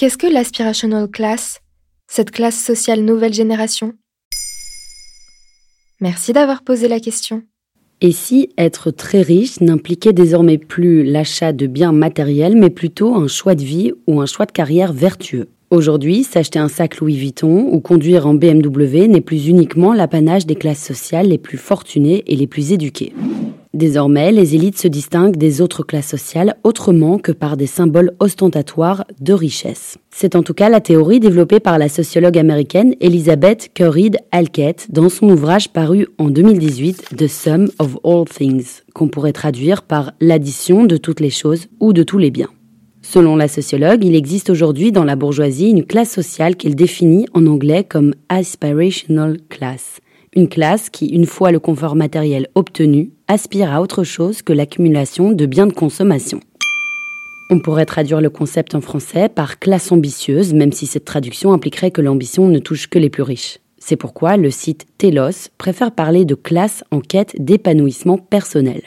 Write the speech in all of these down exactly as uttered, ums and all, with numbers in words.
Qu'est-ce que l'aspirational class, cette classe sociale nouvelle génération ? Merci d'avoir posé la question. Et si être très riche n'impliquait désormais plus l'achat de biens matériels, mais plutôt un choix de vie ou un choix de carrière vertueux ? Aujourd'hui, s'acheter un sac Louis Vuitton ou conduire en B M W n'est plus uniquement l'apanage des classes sociales les plus fortunées et les plus éduquées. Désormais, les élites se distinguent des autres classes sociales autrement que par des symboles ostentatoires de richesse. C'est en tout cas la théorie développée par la sociologue américaine Elizabeth Currid Halkett dans son ouvrage paru en deux mille dix-huit, The Sum of All Things, qu'on pourrait traduire par l'addition de toutes les choses ou de tous les biens. Selon la sociologue, il existe aujourd'hui dans la bourgeoisie une classe sociale qu'elle définit en anglais comme aspirational class. Une classe qui, une fois le confort matériel obtenu, aspire à autre chose que l'accumulation de biens de consommation. On pourrait traduire le concept en français par classe ambitieuse, même si cette traduction impliquerait que l'ambition ne touche que les plus riches. C'est pourquoi le site Telos préfère parler de classe en quête d'épanouissement personnel.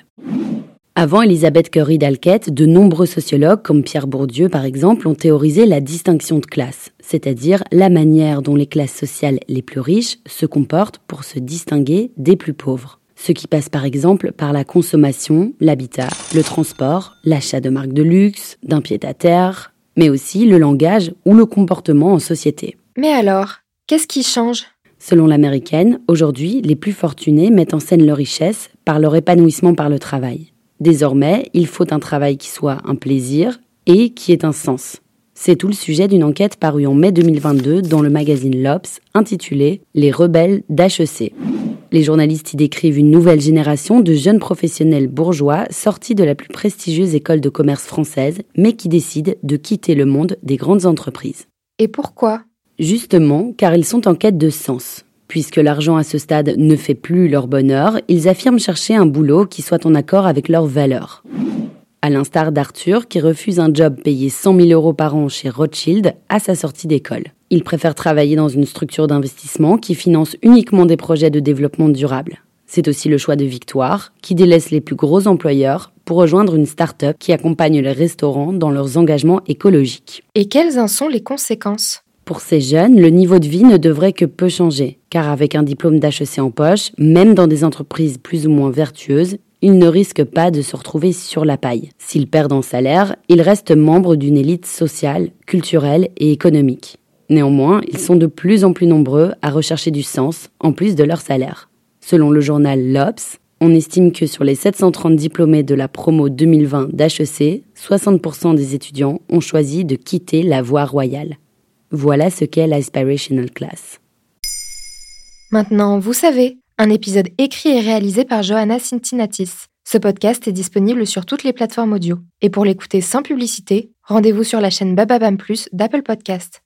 Avant Elizabeth Currid Halkett, de nombreux sociologues, comme Pierre Bourdieu par exemple, ont théorisé la distinction de classe, c'est-à-dire la manière dont les classes sociales les plus riches se comportent pour se distinguer des plus pauvres. Ce qui passe par exemple par la consommation, l'habitat, le transport, l'achat de marques de luxe, d'un pied-à-terre, mais aussi le langage ou le comportement en société. Mais alors, qu'est-ce qui change ? Selon l'américaine, aujourd'hui, les plus fortunés mettent en scène leur richesse par leur épanouissement par le travail. Désormais, il faut un travail qui soit un plaisir et qui ait un sens. C'est tout le sujet d'une enquête parue en mai deux mille vingt-deux dans le magazine l'Obs, intitulée « Les rebelles d'H E C ». Les journalistes y décrivent une nouvelle génération de jeunes professionnels bourgeois sortis de la plus prestigieuse école de commerce française, mais qui décident de quitter le monde des grandes entreprises. Et pourquoi ? Justement, car ils sont en quête de sens. Puisque l'argent à ce stade ne fait plus leur bonheur, ils affirment chercher un boulot qui soit en accord avec leurs valeurs. À l'instar d'Arthur, qui refuse un job payé cent mille euros par an chez Rothschild à sa sortie d'école. Il préfère travailler dans une structure d'investissement qui finance uniquement des projets de développement durable. C'est aussi le choix de Victoire, qui délaisse les plus gros employeurs pour rejoindre une start-up qui accompagne les restaurants dans leurs engagements écologiques. Et quelles en sont les conséquences ? Pour ces jeunes, le niveau de vie ne devrait que peu changer, car avec un diplôme d'H E C en poche, même dans des entreprises plus ou moins vertueuses, ils ne risquent pas de se retrouver sur la paille. S'ils perdent en salaire, ils restent membres d'une élite sociale, culturelle et économique. Néanmoins, ils sont de plus en plus nombreux à rechercher du sens, en plus de leur salaire. Selon le journal l'Obs, on estime que sur les sept cent trente diplômés de la promo deux mille vingt d'H E C, soixante pour cent des étudiants ont choisi de quitter la voie royale. Voilà ce qu'est l'aspirational class. Maintenant, vous savez, un épisode écrit et réalisé par Johanna Cincinnatis. Ce podcast est disponible sur toutes les plateformes audio. Et pour l'écouter sans publicité, rendez-vous sur la chaîne Bababam Plus d'Apple Podcast.